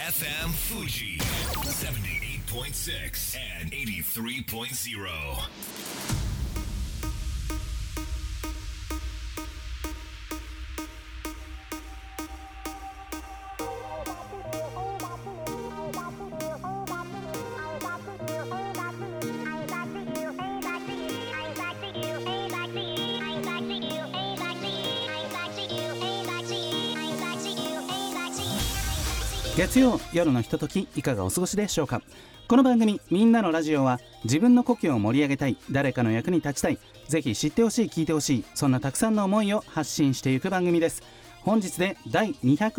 FM Fuji 78.6 and 83.0. 月曜夜のひとときいかがお過ごしでしょうか。この番組みんなのラジオは自分の故郷を盛り上げたい、誰かの役に立ちたい、ぜひ知ってほしい、聞いてほしい、そんなたくさんの思いを発信していく番組です。本日で第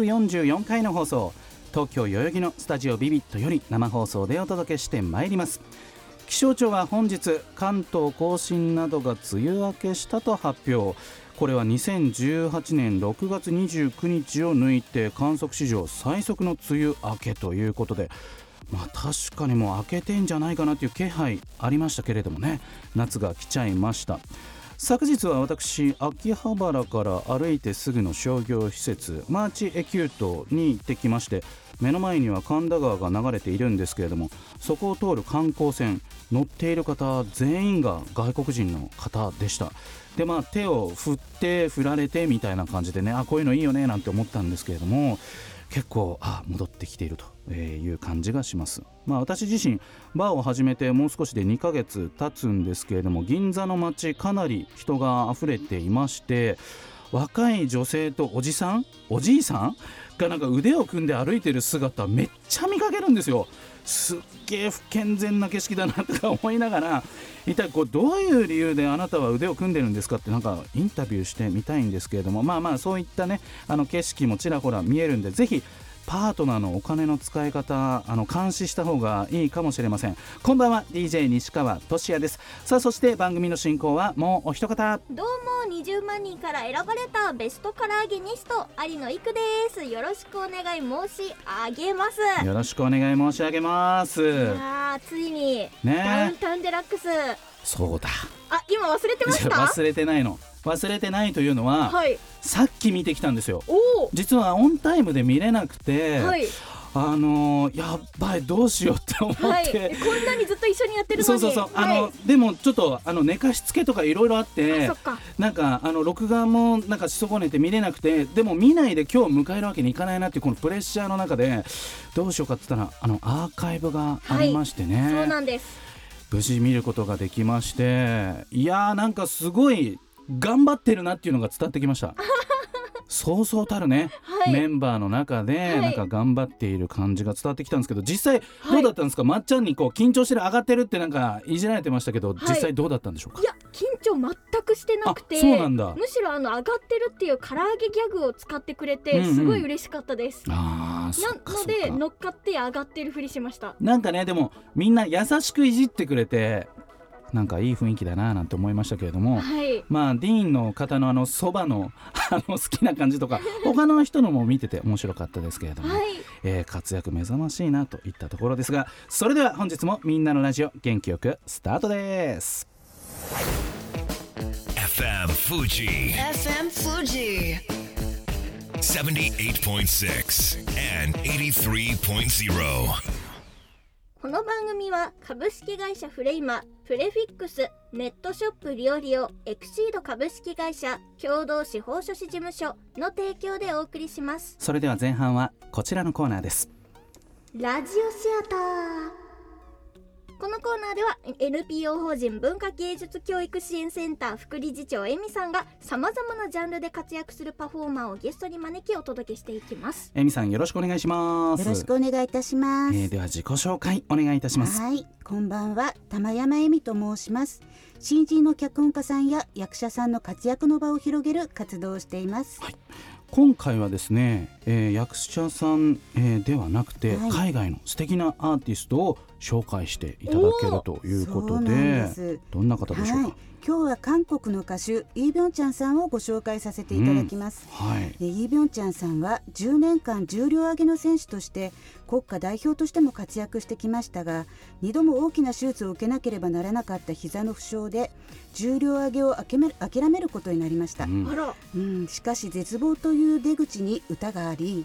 244回の放送、東京代々木のスタジオビビットより生放送でお届けしてまいります。気象庁は本日関東甲信などが梅雨明けしたと発表。これは2018年6月29日を抜いて観測史上最速の梅雨明けということで、確かにもう明けてんじゃないかなという気配ありましたけれどもね、夏が来ちゃいました。昨日は私秋葉原から歩いてすぐの商業施設マーチエキュートに行ってきまして、目の前には神田川が流れているんですけれども、そこを通る観光船乗っている方全員が外国人の方でした。で手を振って振られてみたいな感じでね、こういうのいいよねなんて思ったんですけれども、結構戻ってきているという感じがします。私自身バーを始めてもう少しで2ヶ月経つんですけれども、銀座の街かなり人が溢れていまして、若い女性とおじさんおじいさんがなんか腕を組んで歩いてる姿めっちゃ見かけるんですよ。すっげえ不健全な景色だなとか思いながら、一体どういう理由であなたは腕を組んでるんですかってなんかインタビューしてみたいんですけれども、そういったね景色もちらほら見えるんで、ぜひパートナーのお金の使い方監視した方がいいかもしれません。こんばんは、 DJ 西川俊也です。さあ、そして番組の進行はもうお一方。 どうも20万人から選ばれたベストカラーゲニスト有野育です。よろしくお願い申し上げます。 よろしくお願い申し上げます。 ついに、ダウンタウンデラックス。 そうだ、 今忘れてました。 忘れてないの。忘れてないというのは、さっき見てきたんですよ。実はオンタイムで見れなくて、やっばいどうしようって思って、 こんなにずっと一緒にやってるのに。 そうでもちょっと寝かしつけとかいろいろあって、なんか録画もなんかし損ねて見れなくて、でも見ないで今日迎えるわけにいかないなっていうこのプレッシャーの中でどうしようかって言ったらアーカイブがありましてね、 そうなんです。 無事見ることができまして、いやーなんかすごい頑張ってるなっていうのが伝わってきましたそうそうたるね、メンバーの中でなんか頑張っている感じが伝わってきたんですけど、実際どうだったんですか。まっちゃんに緊張してる、上がってるってなんかいじられてましたけど、実際どうだったんでしょうか。 いや緊張全くしてなくて、 そうなんだ。 むしろ上がってるっていう唐揚げギャグを使ってくれて、すごい嬉しかったです。なので乗っかって上がってるふりしました。なんかね、 でもみんな優しくいじってくれて、なんかいい雰囲気だななんて思いましたけれども、ディーンの方のそばの好きな感じとか他の人のも見てて面白かったですけれども、活躍目覚ましいなといったところですが、それでは本日もみんなのラジオ元気よくスタートです。 FM Fuji 78.6 and 83.0。 この番組は株式会社フレイマ、プレフィックス、ネットショップリオリオ、エクシード株式会社、共同司法書士事務所の提供でお送りします。 それでは前半はこちらのコーナーです。 ラジオシアター。このコーナーでは NPO 法人文化芸術教育支援センター副理事長エミさんがさまざまなジャンルで活躍するパフォーマーをゲストに招きお届けしていきます。 エミさん、よろしくお願いします。 よろしくお願いいたします。 では自己紹介お願いいたします。 こんばんは、玉山エミと申します。新人の脚本家さんや役者さんの活躍の場を広げる活動をしています。 今回はですね、役者さん、ではなくて、海外の素敵なアーティストを紹介していただけるということで、どんな方でしょうか。 今日は韓国の歌手イ・ビョンチャンさんをご紹介させていただきます。イ・ビョンチャンさんは10年間重量挙げの選手として国家代表としても活躍してきましたが、2度も大きな手術を受けなければならなかった膝の負傷で重量挙げを諦めることになりました。しかし絶望という出口に歌があり、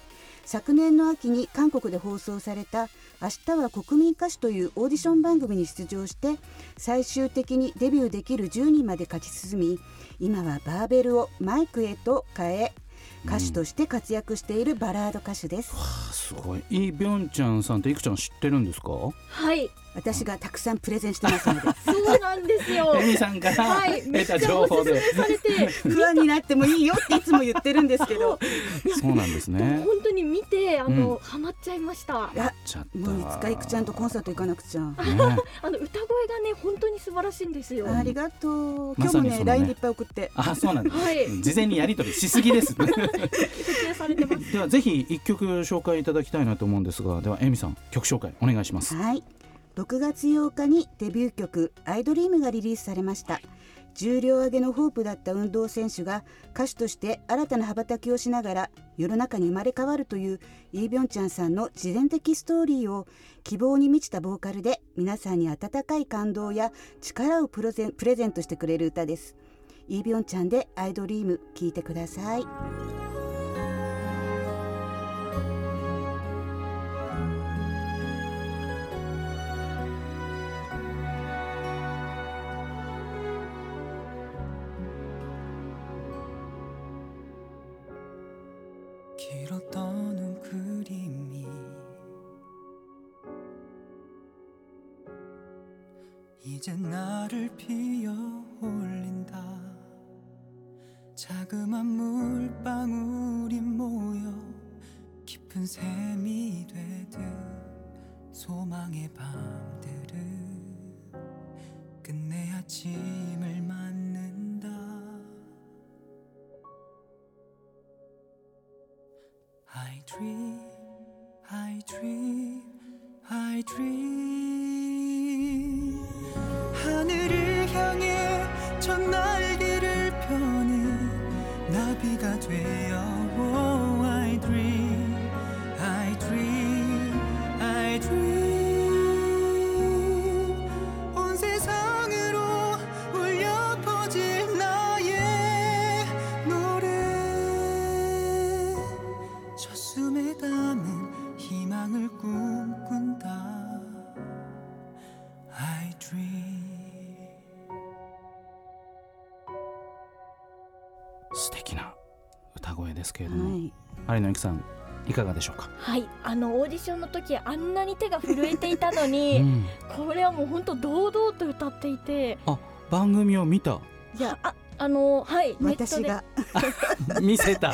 昨年の秋に韓国で放送された明日は国民歌手というオーディション番組に出場して最終的にデビューできる10人まで勝ち進み、今はバーベルをマイクへと変え歌手として活躍しているバラード歌手です。 すごい。イ・ビョンチャンさんっていくちゃん知ってるんですか？ はい、 私がたくさんプレゼンしてますのでそうなんですよ。 エミさんからはい、 得た情報で、 めっちゃおすすめされて不安になってもいいよっていつも言ってるんですけどそうなんですね。 本当に見てハマっちゃいました。 いやちゃった。 もういつかいくちゃんとコンサート行かなくちゃ、 ね、 歌声がね本当に素晴らしいんですよ。 ありがとう。今日もまさにそのね LINE でいっぱい送って。 あ、そうなんです、 はい、 事前にやり取りしすぎです徹底されてますではぜひ一曲紹介いただきたいなと思うんですが、ではエミさん曲紹介お願いします。 はい、6月8日にデビュー曲アイドリームがリリースされました。重量挙げのホープだった運動選手が歌手として新たな羽ばたきをしながら世の中に生まれ変わるというイ・ビョンチャンさんの自伝的ストーリーを希望に満ちたボーカルで皆さんに温かい感動や力をプレゼントしてくれる歌です。イ・ビョンチャンでアイドリーム聴いてください。 길었던 눈그림이 이제 나를 피어올린다. 자그만 물방울이 모여 깊은 샘이 되듯 소망의 밤들은 끝내 아침을 맞는다. I dream, I dream, I dream. 하늘을 향해 첫 날개를 펴는 나비가 되어. Oh, I dream, I dream, I dream. 온 세상으로 울려 퍼질 나의 노래. 첫 숨에 담은 희망을 꿈꾼다. I dream. 素敵な歌声ですけれども、 はい、 有野由紀さんいかがでしょうか？ はい、オーディションの時あんなに手が震えていたのに、これはもう本当堂々と歌っていて、 番組を見た？ いや、 はい、 私が見せた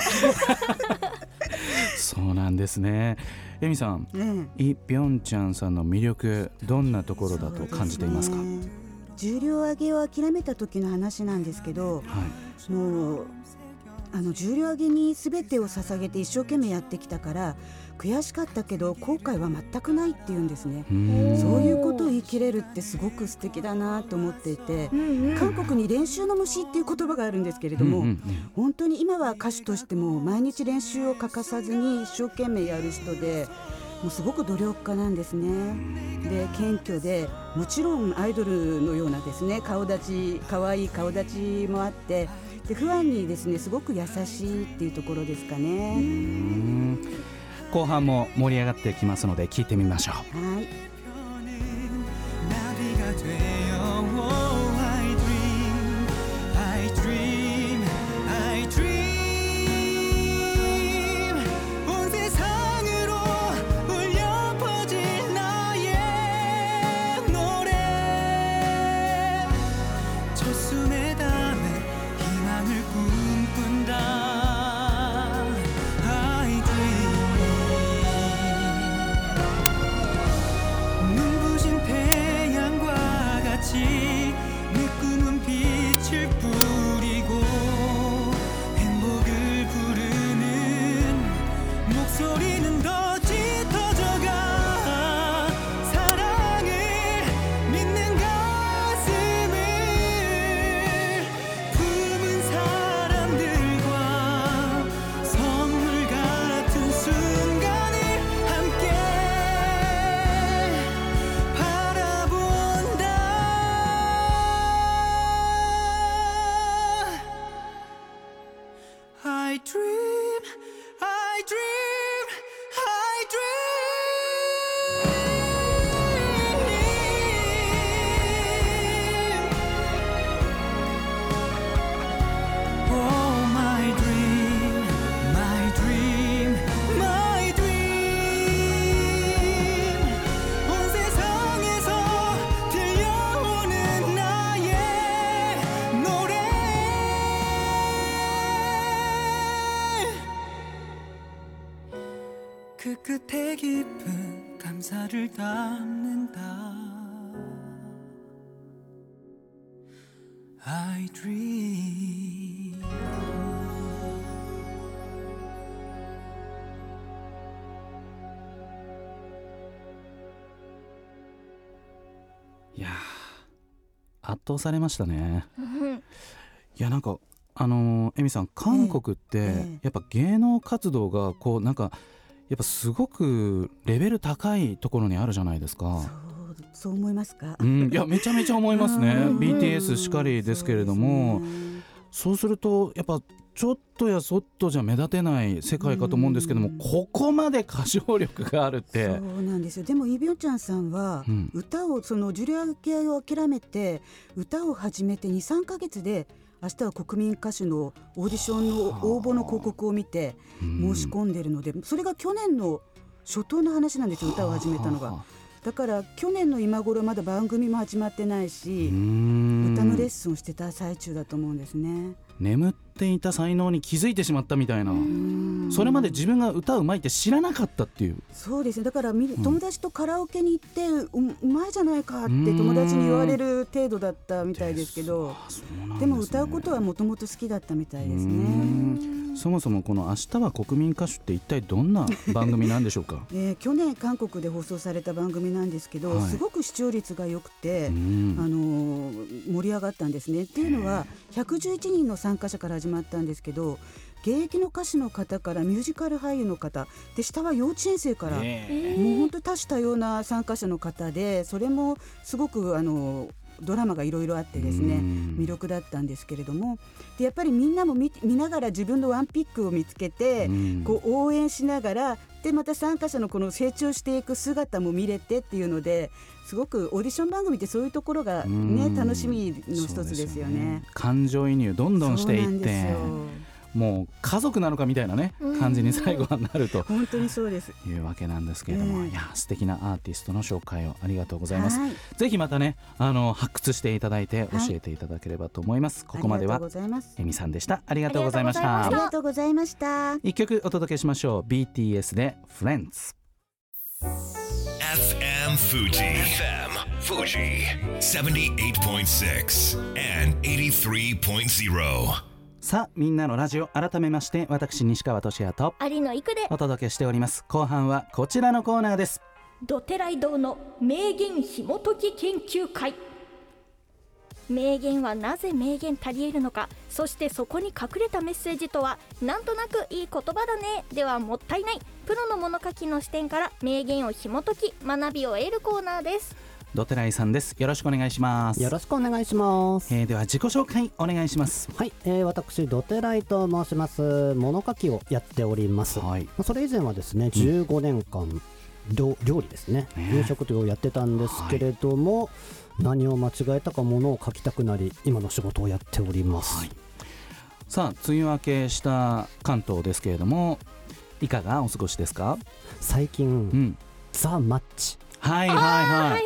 そうなんですね。エミさん、イ・ビョンチャンさんの魅力どんなところだと感じていますか？ 重量挙げを諦めた時の話なんですけど、もう重量挙げに全てを捧げて一生懸命やってきたから悔しかったけど後悔は全くないっていうんですね。そういうことを言い切れるってすごく素敵だなと思っていて、韓国に練習の虫っていう言葉があるんですけれども、本当に今は歌手としても毎日練習を欠かさずに一生懸命やる人で、もうすごく努力家なんですね。で、謙虚で、もちろんアイドルのようなですね、可愛い顔立ちもあって、でファンにですねすごく優しいっていうところですかね。 後半も盛り上がってきますので聞いてみましょう。 はい。 때 깊은 감사를 담는다. I dream. いや圧倒されましたね。いやなんかエミさん、韓国ってやっぱ芸能活動がこうなんかやっぱすごくレベル高いところにあるじゃないですか。 そう思いますか？ いやめちゃめちゃ思いますね。BTS しかりですけれども、そうするとやっぱちょっとやそっとじゃ目立てない世界かと思うんですけども、ここまで歌唱力があるって。 そうなんですよ。でもイ・ビョンチャンさんは、歌をそのジュリア系を諦めて歌を始めて 2,3 ヶ月で明日は国民歌手のオーディションの応募の広告を見て申し込んでるので、それが去年の初頭の話なんですよ、歌を始めたのが。だから去年の今頃まだ番組も始まってないし、歌のレッスンをしてた最中だと思うんですね。 眠っていた才能に気づいてしまったみたいな。それまで自分が歌うまいって知らなかったっていう。そうですね。だから友達とカラオケに行ってうまいじゃないかって友達に言われる程度だったみたいですけど、でも歌うことはもともと好きだったみたいですね。 そもそもこの明日は国民歌手って一体どんな番組なんでしょうか？ 去年韓国で放送された番組なんですけど、すごく視聴率が良くて、盛り上がったんですね。っていうのは111人の参加者から始まったんですけど、現役の歌手の方からミュージカル俳優の方で、下は幼稚園生から、もう本当多種多様な参加者の方で、それもすごくドラマがいろいろあってですね、魅力だったんですけれども、でやっぱりみんなも 見ながら自分のワンピックを見つけて、こう応援しながら、でまた参加者のこの成長していく姿も見れてっていうので、すごくオーディション番組ってそういうところが、楽しみの一つですよね。 感情移入どんどんしていって、もう家族なのかみたいなね、感じに最後はなると本当にそうですいうわけなんですけれども、いや素敵なアーティストの紹介をありがとうございます。ぜひまたね発掘していただいて教えていただければと思います。ここまではエミさんでした。ありがとうございました。 ありがとうございました。 一曲お届けしましょう。 BTS で Friends。 FM Fuji FM Fuji 78.6 and 83.0。 さあみんなのラジオ、改めまして私西川俊也と有野育でお届けしております。後半はこちらのコーナーです。 どてらい堂の名言ひもとき研究会。名言はなぜ名言足り得るのか、そしてそこに隠れたメッセージとは。なんとなくいい言葉だねではもったいない、プロの物書きの視点から名言をひもとき学びを得るコーナーです。 どてらいさんです。よろしくお願いします。 よろしくお願いします。 では自己紹介お願いします。 はい、私どてらいと申します。物書きをやっております。それ以前はですね、15年間、料理ですね、飲食をやってたんですけれども、何を間違えたかものを書きたくなり、今の仕事をやっております。 さあ梅雨明けした関東ですけれども、いかがお過ごしですか？ 最近、ザ・マッチ、 はいはいはい、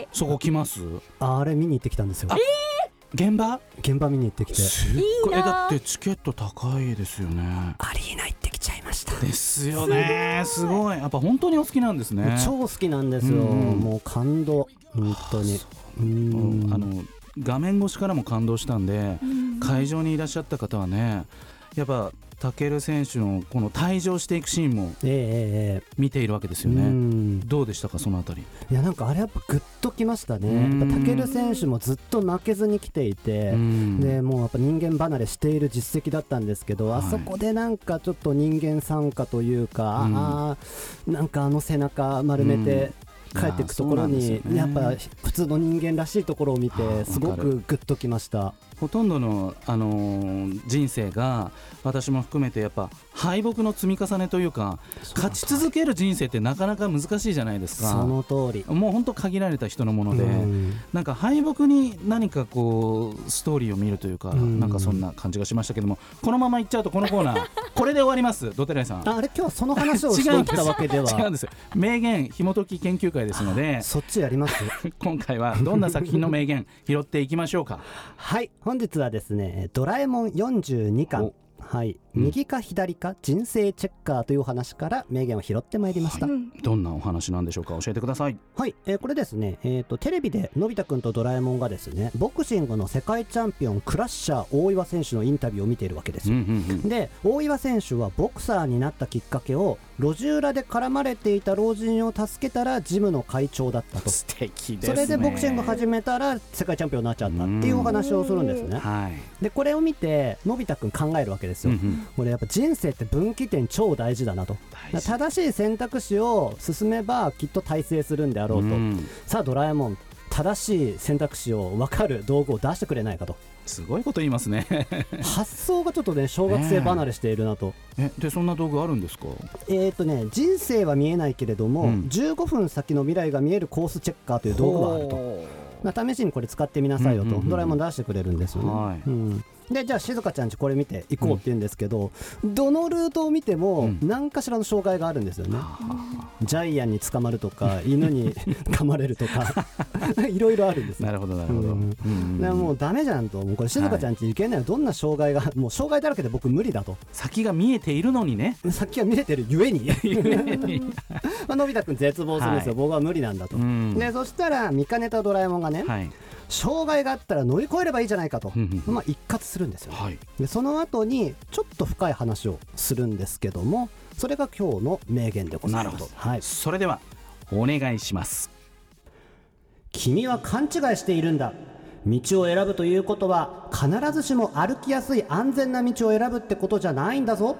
そこ来ます？ あれ見に行ってきたんですよ。 現場見に行ってきて、 だってチケット高いですよね。 アリーナ行ってきちゃいました。 ですよね。すごい。やっぱ本当にお好きなんですね。 超好きなんですよ。もう感動、本当に。 画面越しからも感動したんで、会場にいらっしゃった方はね、やっぱタケル選手のこの退場していくシーンも見ているわけですよね。どうでしたか、そのあたり？ いや、なんかあれやっぱグッときましたね。やっぱタケル選手もずっと負けずに来ていて、でもうやっぱ人間離れしている実績だったんですけど、あそこでなんかちょっと人間参加というか、なんか背中丸めて帰っていくところに、やっぱ普通の人間らしいところを見て、すごくグッときました。 ほとんどの、人生が、私も含めてやっぱ敗北の積み重ねというか、勝ち続ける人生ってなかなか難しいじゃないですか。 その通り。 もう本当限られた人のもので、なんか敗北に何かこうストーリーを見るというか、なんかそんな感じがしましたけども、このままいっちゃうとこのコーナーこれで終わります。どてらいさん、 あれ今日はその話をしてきたわけでは違うんです。名言ひもとき研究会ですので、 そっちやります今回はどんな作品の名言拾っていきましょうか？ はい、本日はですね、ドラえもん42巻、 はい、右か左か人生チェッカーというお話から名言を拾ってまいりました、 どんなお話なんでしょうか、教えてください。 はい、これですね、テレビでのび太くんとドラえもんがですねボクシングの世界チャンピオンクラッシャー大岩選手のインタビューを見ているわけですよ、で大岩選手はボクサーになったきっかけを路地裏で絡まれていた老人を助けたらジムの会長だったと。 素敵ですね。 それでボクシング始めたら世界チャンピオンになっちゃったっていうお話をするんですね、はい、でこれを見てのび太くん考えるわけですよ、これやっぱ人生って分岐点超大事だなと。正しい選択肢を進めばきっと大成するんであろうと、さあドラえもん正しい選択肢を分かる道具を出してくれないかと。 すごいこと言いますね発想がちょっとね小学生離れしているなと、 でそんな道具あるんですか？ 人生は見えないけれども、15分先の未来が見えるコースチェッカーという道具があると。試しにこれ使ってみなさいよと、ドラえもん出してくれるんですよね、でじゃあ静香ちゃんちこれ見て行こうって言うんですけど、どのルートを見ても何かしらの障害があるんですよね、ジャイアンに捕まるとか犬に噛まれるとかいろいろあるんですよ。 なるほどなるほど、 でもうダメじゃんと、もうこれ静香ちゃんち行けないよ、どんな障害がもう障害だらけで僕無理だと。 先が見えているのにね、 先が見えてるゆえにのび太くん絶望するんですよ、僕は無理なんだと、でそしたら見かねたドラえもんがね、障害があったら乗り越えればいいじゃないかと、一括するんですよ、でその後にちょっと深い話をするんですけども、それが今日の名言でございます。なるほど、 それではお願いします。 君は勘違いしているんだ。道を選ぶということは必ずしも歩きやすい安全な道を選ぶってことじゃないんだぞ。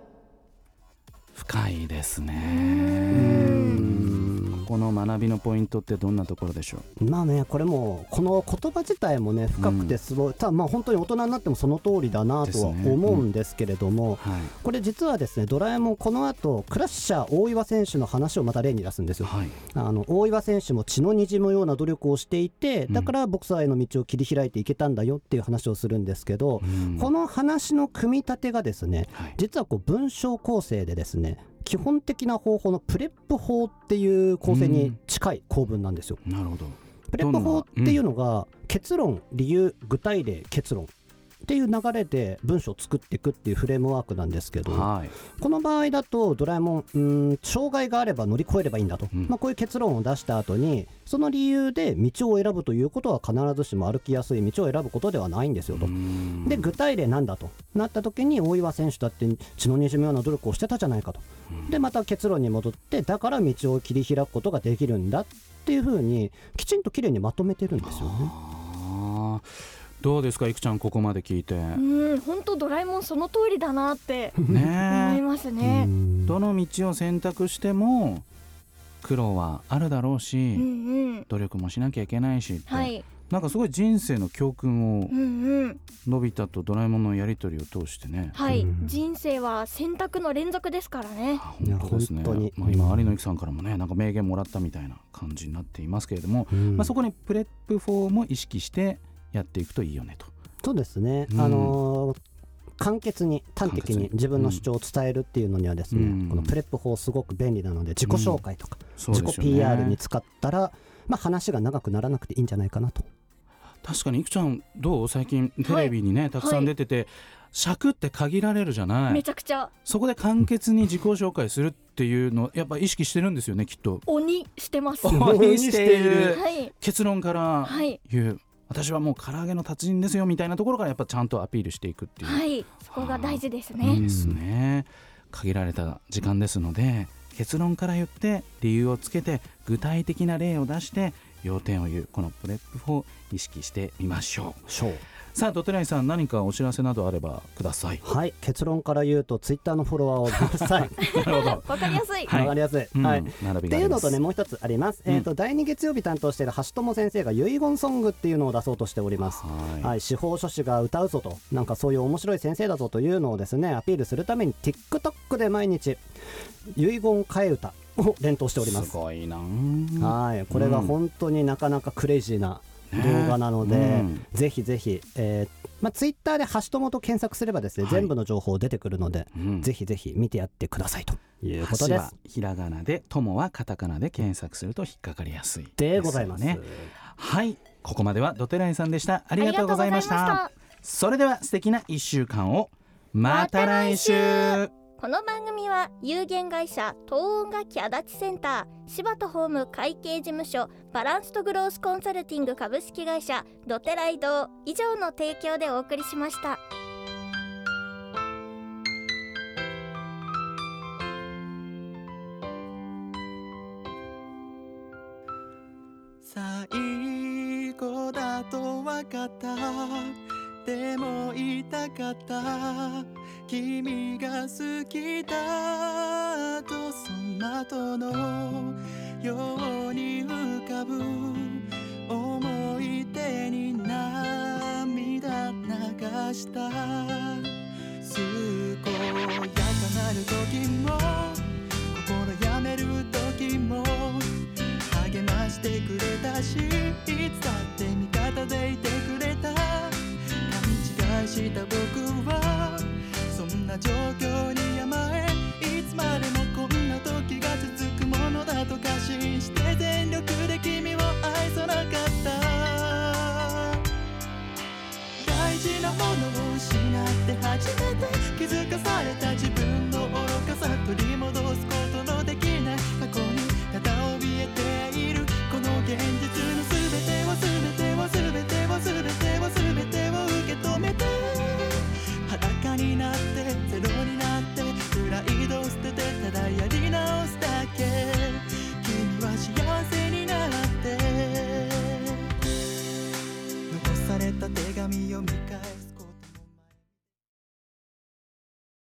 深いですね。この学びのポイントってどんなところでしょう？ まあね、これもこの言葉自体もね深くてすごい、ただまあ本当に大人になってもその通りだなとは思うんですけれども、これ実はですねドラえもんこの後クラッシャー大岩選手の話をまた例に出すんですよ、大岩選手も血の滲むような努力をしていて、だからボクサーへの道を切り開いていけたんだよっていう話をするんですけど、この話の組み立てがですね、実はこう文章構成でですね基本的な方法のプレップ法っていう構成に近い構文なんですよ。 なるほど。 プレップ法っていうのが結論、理由、具体例、結論っていう流れで文章を作っていくっていうフレームワークなんですけど、この場合だとドラえもん、障害があれば乗り越えればいいんだと、こういう結論を出した後にその理由で道を選ぶということは必ずしも歩きやすい道を選ぶことではないんですよと。で具体例なんだとなった時に大岩選手だって血の滲むような努力をしてたじゃないかと。でまた結論に戻ってだから道を切り開くことができるんだっていうふうにきちんときれいにまとめてるんですよね。 どうですかいくちゃん、ここまで聞いて。 本当ドラえもんその通りだなって思いますね。 どの道を選択しても苦労はあるだろうし、努力もしなきゃいけないしって、なんかすごい人生の教訓を、のび太とドラえもんのやり取りを通してね、 人生は選択の連続ですからね。 本当ですね。今有野由紀さんからもねなんか名言もらったみたいな感じになっていますけれども、そこにプレップ4も意識してやっていくといいよねと。 そうですね、簡潔に端的に自分の主張を伝えるっていうのにはですね、このプレップ法すごく便利なので自己紹介とか、自己 PR に使ったら、話が長くならなくていいんじゃないかなと。 確かにいくちゃんどう？最近テレビにね、たくさん出てて、尺って限られるじゃない。 めちゃくちゃ。 そこで簡潔に自己紹介するっていうのやっぱ意識してるんですよねきっと。 鬼してます。 鬼している、結論から言う、私はもう唐揚げの達人ですよみたいなところからやっぱちゃんとアピールしていくっていう、 そこが大事ですね。 ですね。限られた時間ですので結論から言って理由をつけて具体的な例を出して要点を言う、このプレップ4を意識してみましょう。さあドテライさん、何かお知らせなどあればください。 結論から言うとツイッターのフォロワーをください。 なるほど。 わかりやすい。 わかりやすい。っていうのとね、もう一つあります。第2月曜日担当している橋友先生が遺言ソングっていうのを出そうとしております。司法書士が歌うぞと、なんかそういう面白い先生だぞというのをですねアピールするために TikTok で毎日遺言替え歌を連投しております。 すごいな。 これが本当になかなかクレイジーな動画なので、ぜひぜひ、ツイッターで橋友と検索すればですね、全部の情報出てくるので、ぜひぜひ見てやってくださいということです。 橋はひらがなで、友はカタカナで検索すると引っかかりやすいでございますね。 ここまではドテライさんでした。ありがとうございました。それでは素敵な1週間を。 また来週。 この番組は有限会社東音楽器足立センター、柴田ホーム会計事務所、バランスとグロースコンサルティング株式会社、ドテライド以上の提供でお送りしました。 最後だと分かった、でも言いたかった、君が好きだとその後のように浮かぶ思い出に涙流した。健やかなる時も心やめる時も励ましてくれたし、いつだって味方でいてくれた。勘違いした僕はそんな状況に甘え、いつまでもこんな時が続くものだと過信して全力で君を愛さなかった。大事なものを失って初めて気づかされた自分の愚かさ、取り戻すことのできない過去にただ怯えているこの現実の全てを全てを全てを全てを全てを受け止めて、裸になってゼロになってプライドを捨ててただやり直すだけ。君は幸せになって残された手紙を見返す